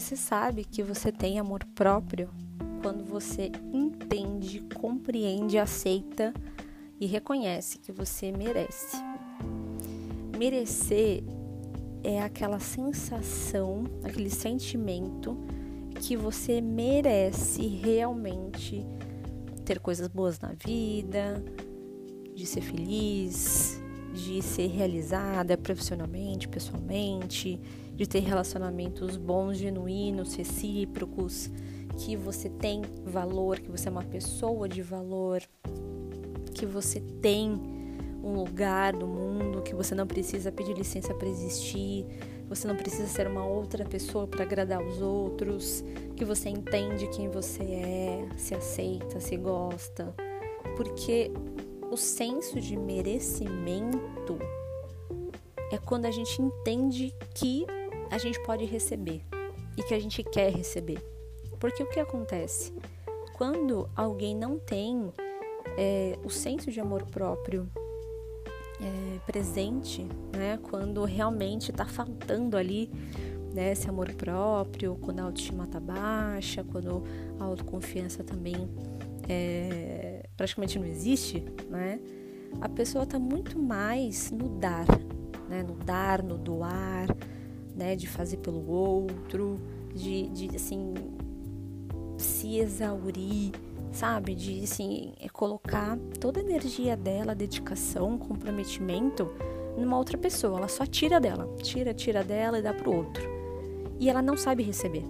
Você sabe que você tem amor próprio quando você entende, compreende, aceita e reconhece que você merece. Merecer é aquela sensação, aquele sentimento que você merece realmente ter coisas boas na vida, de ser feliz, de ser realizada profissionalmente, pessoalmente, de ter relacionamentos bons, genuínos, recíprocos, que você tem valor, que você é uma pessoa de valor, que você tem um lugar no mundo, que você não precisa pedir licença para existir, você não precisa ser uma outra pessoa para agradar os outros, que você entende quem você é, se aceita, se gosta, porque o senso de merecimento é quando a gente entende que a gente pode receber e que a gente quer receber. Porque o que acontece? Quando alguém não tem o senso de amor próprio presente, né? Quando realmente está faltando ali, né, esse amor próprio, quando a autoestima está baixa, quando a autoconfiança também praticamente não existe, né? A pessoa está muito mais no dar, né? No dar, no doar, né? De fazer pelo outro, de assim, se exaurir, sabe? De assim, colocar toda a energia dela, dedicação, comprometimento numa outra pessoa. Ela só tira dela, tira dela e dá pro outro. E ela não sabe receber.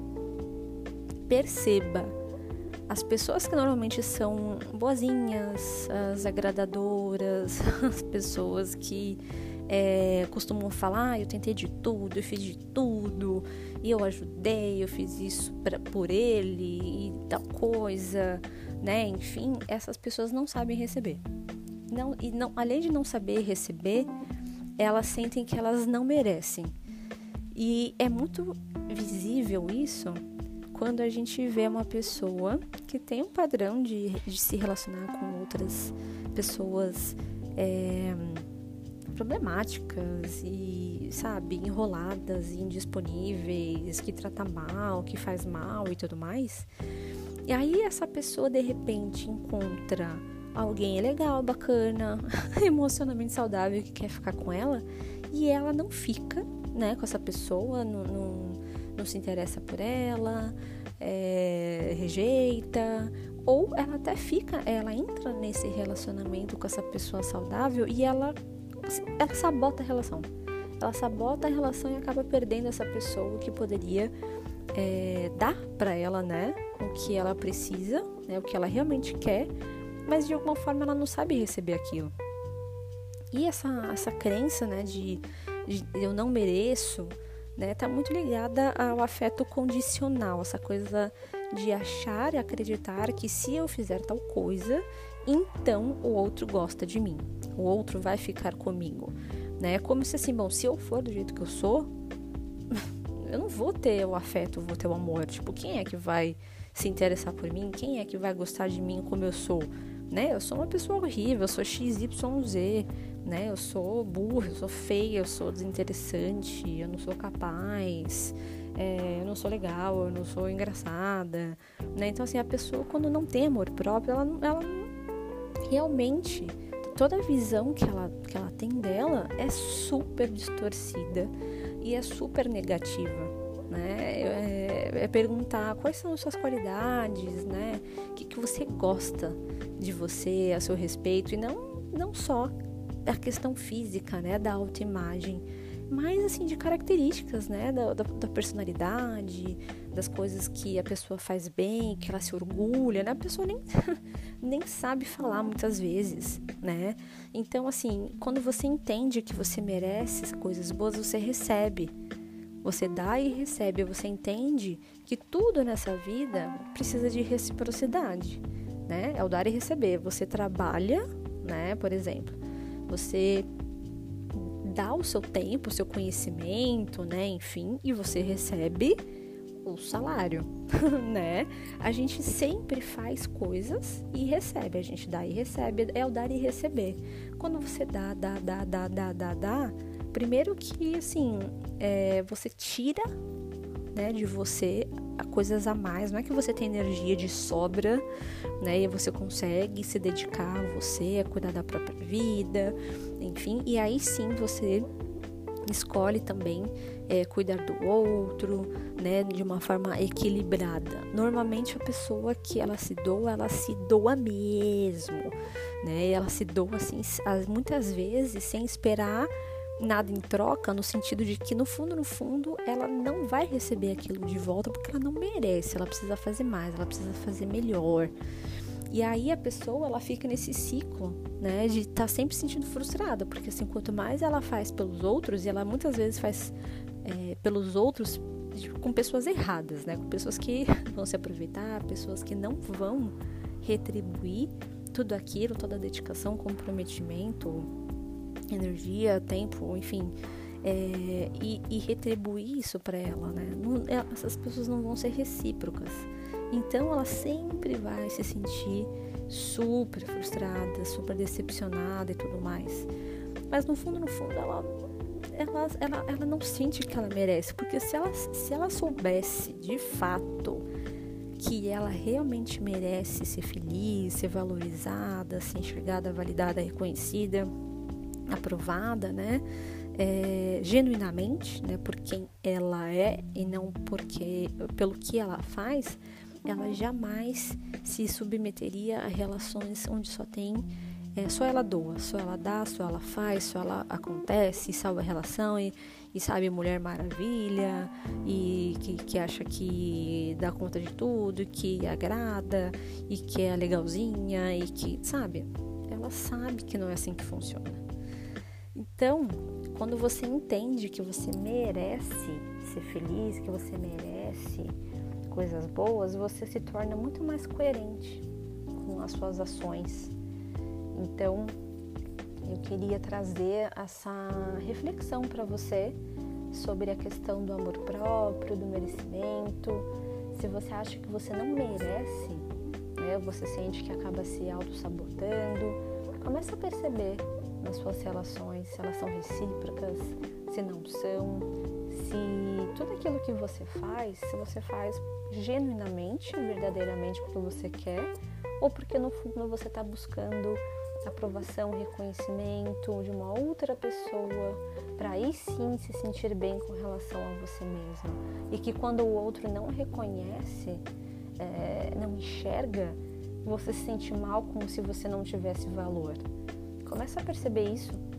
Perceba, as pessoas que normalmente são boazinhas, as agradadoras, as pessoas que costumam falar, eu tentei de tudo, eu fiz de tudo, e eu ajudei, eu fiz isso por ele, e tal coisa, né? Enfim, essas pessoas não sabem receber. Além de não saber receber, elas sentem que elas não merecem. E é muito visível isso quando a gente vê uma pessoa que tem um padrão de se relacionar com outras pessoas problemáticas e, sabe, enroladas, indisponíveis, que trata mal, que faz mal e tudo mais. E aí essa pessoa de repente encontra alguém legal, bacana, emocionalmente saudável, que quer ficar com ela, e ela não fica, né, com essa pessoa, não se interessa por ela, rejeita, ou ela até fica, ela entra nesse relacionamento com essa pessoa saudável e ela sabota a relação. Ela sabota a relação e acaba perdendo essa pessoa que poderia dar pra ela, né, o que ela precisa, né, o que ela realmente quer, mas de alguma forma ela não sabe receber aquilo. E essa crença, né, de eu não mereço, né, tá muito ligada ao afeto condicional, essa coisa de achar e acreditar que se eu fizer tal coisa, então o outro gosta de mim, o outro vai ficar comigo, né? Como se assim, bom, se eu for do jeito que eu sou, eu não vou ter o afeto, vou ter o amor. Tipo, quem é que vai se interessar por mim? Quem é que vai gostar de mim como eu sou? Né? Eu sou uma pessoa horrível, eu sou XYZ, né? Eu sou burra, eu sou feia, eu sou desinteressante, eu não sou capaz, eu não sou legal, eu não sou engraçada, né? Então, assim, a pessoa, quando não tem amor próprio, ela realmente, toda a visão que ela tem dela é super distorcida e é super negativa, né? É perguntar quais são as suas qualidades, né? O que você gosta de você, a seu respeito, e não só a questão física, né, da autoimagem, mas assim de características, né, da personalidade, das coisas que a pessoa faz bem, que ela se orgulha, né? A pessoa nem sabe falar muitas vezes, né? Então, assim, quando você entende que você merece coisas boas, você recebe. Você dá e recebe. Você entende que tudo nessa vida precisa de reciprocidade, né? É o dar e receber. Você trabalha, né? Por exemplo, você dá o seu tempo, o seu conhecimento, né? Enfim, e você recebe o salário, né? A gente sempre faz coisas e recebe. A gente dá e recebe. É o dar e receber. Quando você dá, primeiro que, assim, você tira né, de você coisas a mais. Não é que você tem energia de sobra, né, e você consegue se dedicar a você, a cuidar da própria vida, enfim, e aí sim você escolhe também cuidar do outro, né, de uma forma equilibrada. Normalmente a pessoa que ela se doa mesmo, né, ela se doa assim, muitas vezes sem esperar nada em troca, no sentido de que no fundo ela não vai receber aquilo de volta porque ela não merece, ela precisa fazer mais, ela precisa fazer melhor. E aí a pessoa, ela fica nesse ciclo, né, de estar sempre se sentindo frustrada, porque assim, quanto mais ela faz pelos outros, e ela muitas vezes faz pelos outros com pessoas erradas, né, com pessoas que vão se aproveitar, pessoas que não vão retribuir tudo aquilo, toda a dedicação, comprometimento, energia, tempo, enfim, e retribuir isso para ela, né? Essas pessoas não vão ser recíprocas. Então ela sempre vai se sentir super frustrada, super decepcionada e tudo mais. Mas no fundo ela não sente que ela merece, porque se ela soubesse de fato que ela realmente merece ser feliz, ser valorizada, ser enxergada, validada, reconhecida, aprovada, né, genuinamente, né, por quem ela é e não pelo que ela faz, ela jamais se submeteria a relações onde só ela doa, só ela dá, só ela faz, só ela acontece, salva a relação e sabe, Mulher Maravilha, e que acha que dá conta de tudo, que agrada, e que é legalzinha, e que, sabe, ela sabe que não é assim que funciona. Então, quando você entende que você merece ser feliz, que você merece coisas boas, você se torna muito mais coerente com as suas ações. Então, eu queria trazer essa reflexão para você sobre a questão do amor próprio, do merecimento. Se você acha que você não merece, né, você sente que acaba se auto-sabotando, comece a perceber nas suas relações se elas são recíprocas, se não são, se tudo aquilo que você faz, se você faz genuinamente, verdadeiramente porque você quer, ou porque no fundo você está buscando aprovação, reconhecimento de uma outra pessoa, para aí sim se sentir bem com relação a você mesmo. E que quando o outro não reconhece, não enxerga, você se sente mal como se você não tivesse valor. Começa a perceber isso